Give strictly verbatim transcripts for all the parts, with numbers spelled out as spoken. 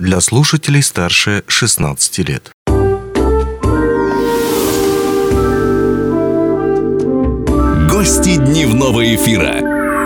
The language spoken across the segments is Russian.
для слушателей старше шестнадцати лет. Гости дневного эфира.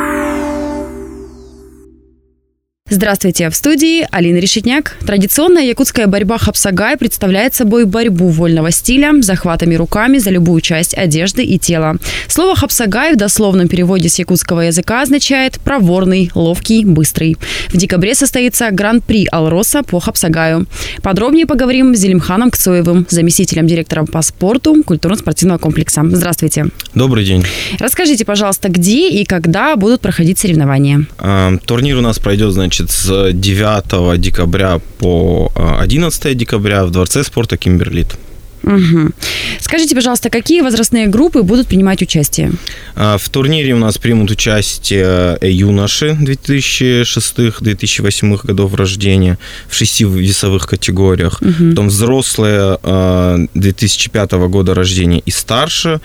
Здравствуйте, в студии Алина Решетняк. Традиционная якутская борьба хапсагай представляет собой борьбу вольного стиля с захватами руками за любую часть одежды и тела. Слово хапсагай в дословном переводе с якутского языка означает «проворный, ловкий, быстрый». В декабре состоится гран-при Алроса по хапсагаю. Подробнее поговорим с Зелимханом Кцоевым, заместителем директора по спорту культурно-спортивного комплекса. Здравствуйте. Добрый день. Расскажите, пожалуйста, где и когда будут проходить соревнования? Турнир у нас пройдет, значит, с девятого декабря по одиннадцатое декабря в Дворце спорта Кимберлит. Угу. Скажите, пожалуйста, какие возрастные группы будут принимать участие? В турнире у нас примут участие юноши две тысячи шестого - две тысячи восьмого годов рождения в шести весовых категориях, угу. Потом взрослые две тысячи пятого года рождения и старше,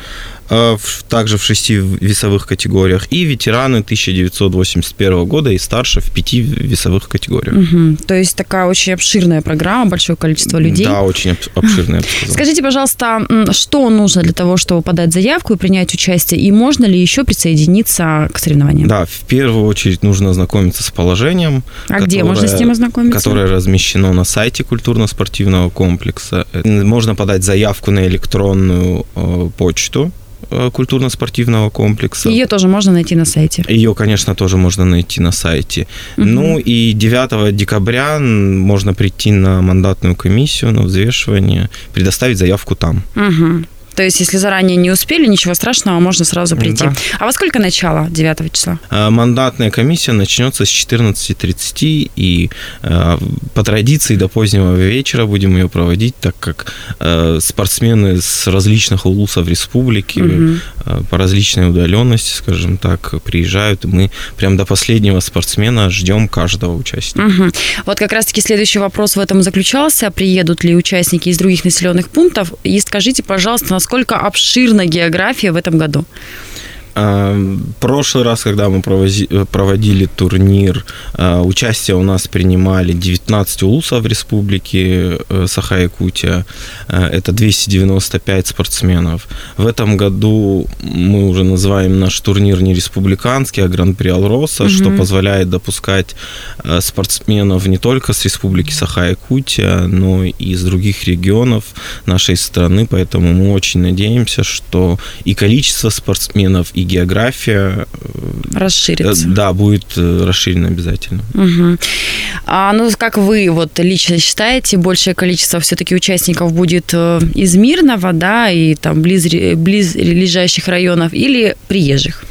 также в шести весовых категориях, и ветераны тысяча девятьсот восемьдесят первого года и старше в пяти весовых категориях. Угу. То есть такая очень обширная программа, большое количество людей. Да, очень обширная, я бы сказала. Скажите, пожалуйста, что нужно для того, чтобы подать заявку и принять участие, и можно ли еще присоединиться к соревнованиям? Да, в первую очередь нужно ознакомиться с положением. А которое, где можно с ним ознакомиться? Которое размещено на сайте культурно-спортивного комплекса. Можно подать заявку на электронную почту культурно-спортивного комплекса. Ее тоже можно найти на сайте? Ее, конечно, тоже можно найти на сайте. Угу. Ну и девятого декабря можно прийти на мандатную комиссию, на взвешивание, предоставить заявку там. Угу. То есть, если заранее не успели, ничего страшного, можно сразу прийти. Да. А во сколько начало девятого числа? Мандатная комиссия начнется с четырнадцати тридцати, и по традиции до позднего вечера будем ее проводить, так как спортсмены с различных улусов республики, угу. по различной удаленности, скажем так, приезжают, и мы прям до последнего спортсмена ждем каждого участника. Угу. Вот как раз-таки следующий вопрос в этом заключался. Приедут ли участники из других населенных пунктов? И скажите, пожалуйста, насколько обширна география в этом году? Прошлый раз, когда мы проводили турнир, участие у нас принимали девятнадцать улусов республики Саха-Якутия. Это двести девяносто пять спортсменов. В этом году мы уже называем наш турнир не республиканский, а гран-при Алроса, угу. что позволяет допускать спортсменов не только с республики Саха-Якутия, но и из других регионов нашей страны. Поэтому мы очень надеемся, что и количество спортсменов, и география расширится. Да, будет расширена обязательно. Угу. А, ну, как вы вот лично считаете, большее количество все-таки участников будет из Мирного, да, и там близ, близлежащих районов, или приезжих?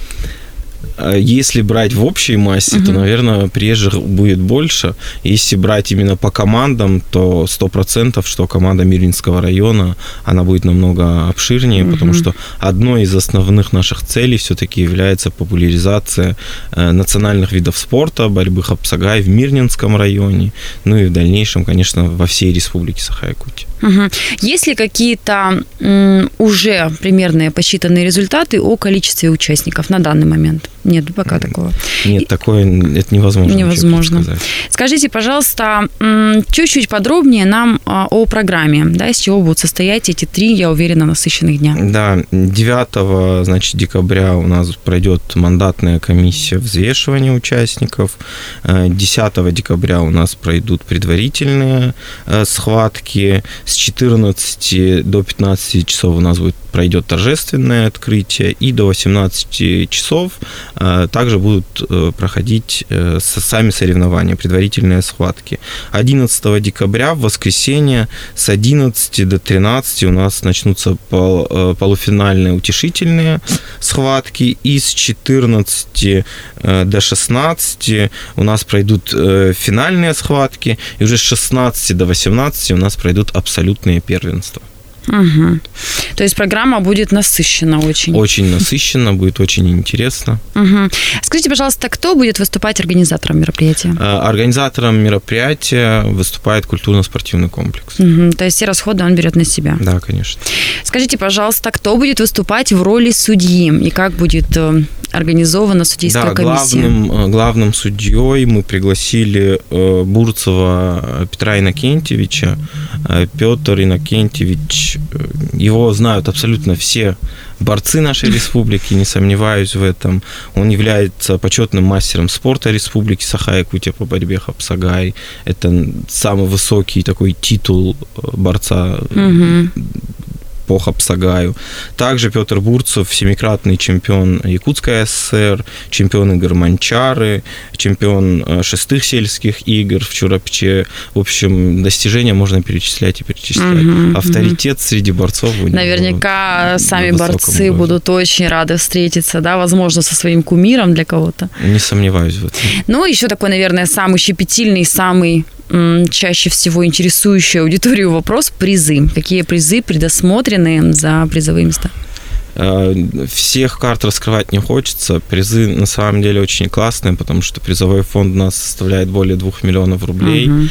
Если брать в общей массе, uh-huh. то, наверное, приезжих будет больше. Если брать именно по командам, то сто процентов, что команда Мирнинского района, она будет намного обширнее, uh-huh. потому что одной из основных наших целей все-таки является популяризация национальных видов спорта, борьбы хапсагай в Мирнинском районе, ну и в дальнейшем, конечно, во всей республике Саха-Якутия. Угу. Есть ли какие-то м, уже примерные посчитанные результаты о количестве участников на данный момент? Нет, пока такого. Нет, такое это невозможно. Невозможно. Скажите, пожалуйста, м, чуть-чуть подробнее нам а, о программе, да, из чего будут состоять эти три, я уверена, насыщенных дня. Да, девятого, значит, декабря у нас пройдет мандатная комиссия взвешивания участников. десятого декабря у нас пройдут предварительные схватки. С четырнадцати до пятнадцати часов у нас будет, пройдет торжественное открытие, и до восемнадцати часов э, также будут э, проходить э, сами соревнования, предварительные схватки. одиннадцатого декабря, в воскресенье, с одиннадцати до тринадцати у нас начнутся пол, э, полуфинальные утешительные схватки, и с четырнадцати э, до шестнадцати у нас пройдут э, финальные схватки, и уже с шестнадцати до восемнадцати у нас пройдут абсолютные первенства. Угу. То есть программа будет насыщена очень. Очень насыщена, будет очень интересно. Угу. Скажите, пожалуйста, кто будет выступать организатором мероприятия? Организатором мероприятия выступает культурно-спортивный комплекс. Угу. То есть все расходы он берет на себя? Да, конечно. Скажите, пожалуйста, кто будет выступать в роли судьи и как будет организована судейская да, комиссия? Главным, главным судьей мы пригласили Бурцева Петра Иннокентьевича. Петр Иннокентьевич, его знают абсолютно все борцы нашей республики, не сомневаюсь в этом. Он является почетным мастером спорта республики Саха-Якутия по борьбе Хапсагай. Это самый высокий такой титул борца угу. по Хапсагаю. Также Петр Бурцев, семикратный чемпион Якутской ССР, чемпион игр Манчары, чемпион шестых сельских игр в Чурапче. В общем, достижения можно перечислять и перечислять. Угу, Авторитет угу. среди борцов. Наверняка сами борцы уровне. будут очень рады встретиться, да, возможно, со своим кумиром для кого-то. Не сомневаюсь в этом. Ну, еще такой, наверное, самый щепетильный, самый чаще всего интересующий аудиторию вопрос – призы. Какие призы предусмотрены за призовые места? Всех карт раскрывать не хочется. Призы на самом деле очень классные, потому что призовой фонд у нас составляет более двух миллионов рублей угу.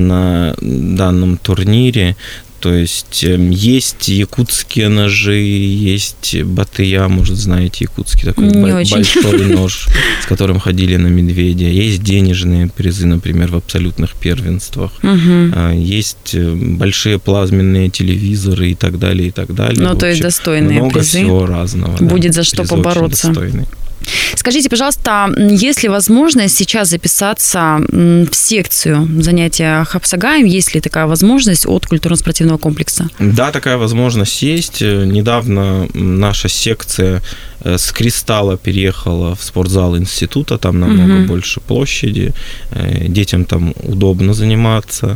на данном турнире. То есть есть якутские ножи, есть батыя, может, знаете, якутский такой не большой очень. нож, с которым ходили на медведя. Есть денежные призы, например, в абсолютных первенствах. Угу. Есть большие плазменные телевизоры и так далее, и так далее. Ну, то есть достойные много призы. Много всего разного. Будет да. за что Призы побороться. Скажите, пожалуйста, есть ли возможность сейчас записаться в секцию занятия Хапсагаем? Есть ли такая возможность от культурно-спортивного комплекса? Да, такая возможность есть. Недавно наша секция с Кристалла переехала в спортзал института, там намного угу. больше площади, детям там удобно заниматься.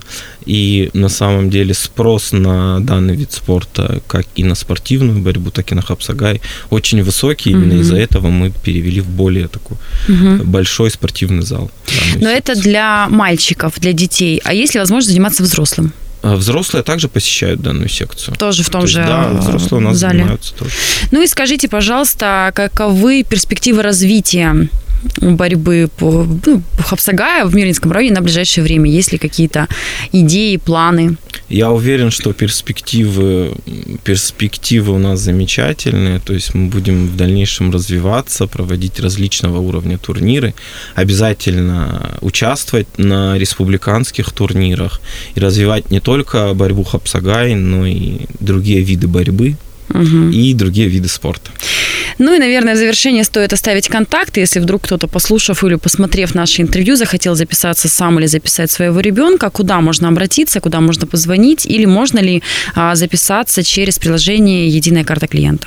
И на самом деле спрос на данный вид спорта, как и на спортивную борьбу, так и на Хапсагай, очень высокий. Именно угу. из-за этого мы перевели в более такой угу. большой спортивный зал. Но это для мальчиков, для детей. А есть ли возможность заниматься взрослым? Взрослые также посещают данную секцию. Тоже в том То же есть, да, взрослые у нас зале. занимаются тоже. Ну и скажите, пожалуйста, каковы перспективы развития борьбы по, ну, по Хапсагаю в Мирнинском районе на ближайшее время? Есть ли какие-то идеи, планы? Я уверен, что перспективы, перспективы у нас замечательные. То есть мы будем в дальнейшем развиваться, проводить различного уровня турниры, обязательно участвовать на республиканских турнирах и развивать не только борьбу Хапсагай, но и другие виды борьбы. Угу. И другие виды спорта. Ну и, наверное, в завершение стоит оставить контакты, если вдруг кто-то, послушав или посмотрев наше интервью, захотел записаться сам или записать своего ребенка, куда можно обратиться, куда можно позвонить, или можно ли а, записаться через приложение «Единая карта клиента»?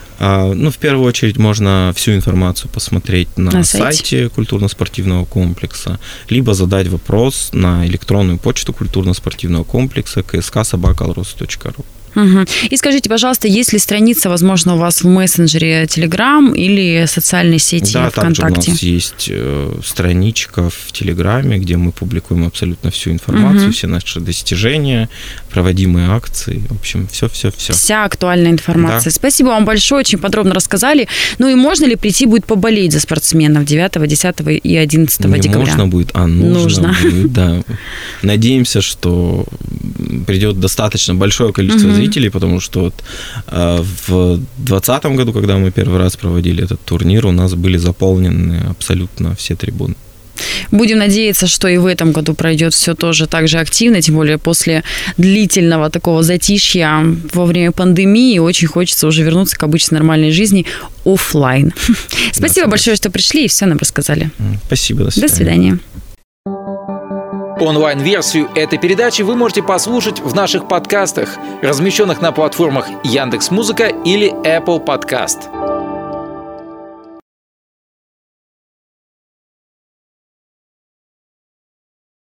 А, ну, в первую очередь, можно всю информацию посмотреть на, на сайте. сайте культурно-спортивного комплекса, либо задать вопрос на электронную почту культурно-спортивного комплекса ка эс ка собака алрос точка ру. Угу. И скажите, пожалуйста, есть ли страница, возможно, у вас в мессенджере Telegram или социальной сети да, ВКонтакте? Да, также у нас есть страничка в Телеграме, где мы публикуем абсолютно всю информацию, угу. все наши достижения, проводимые акции, в общем, все-все-все. Вся актуальная информация. Да. Спасибо вам большое, очень подробно рассказали. Ну и можно ли прийти будет поболеть за спортсменов девятого, десятого и одиннадцатого Не декабря? можно будет, а нужно, нужно. будет, да. Надеемся, что придет достаточно большое количество угу. зрителей, потому что вот, э, в двадцатом году, когда мы первый раз проводили этот турнир, у нас были заполнены абсолютно все трибуны. Будем надеяться, что и в этом году пройдет все тоже так же активно, тем более после длительного такого затишья во время пандемии. Очень хочется уже вернуться к обычной нормальной жизни офлайн. Спасибо да, большое, что пришли и все нам рассказали. Спасибо, до свидания. До свидания. Онлайн-версию этой передачи вы можете послушать в наших подкастах, размещенных на платформах Яндекс.Музыка или Apple Podcast.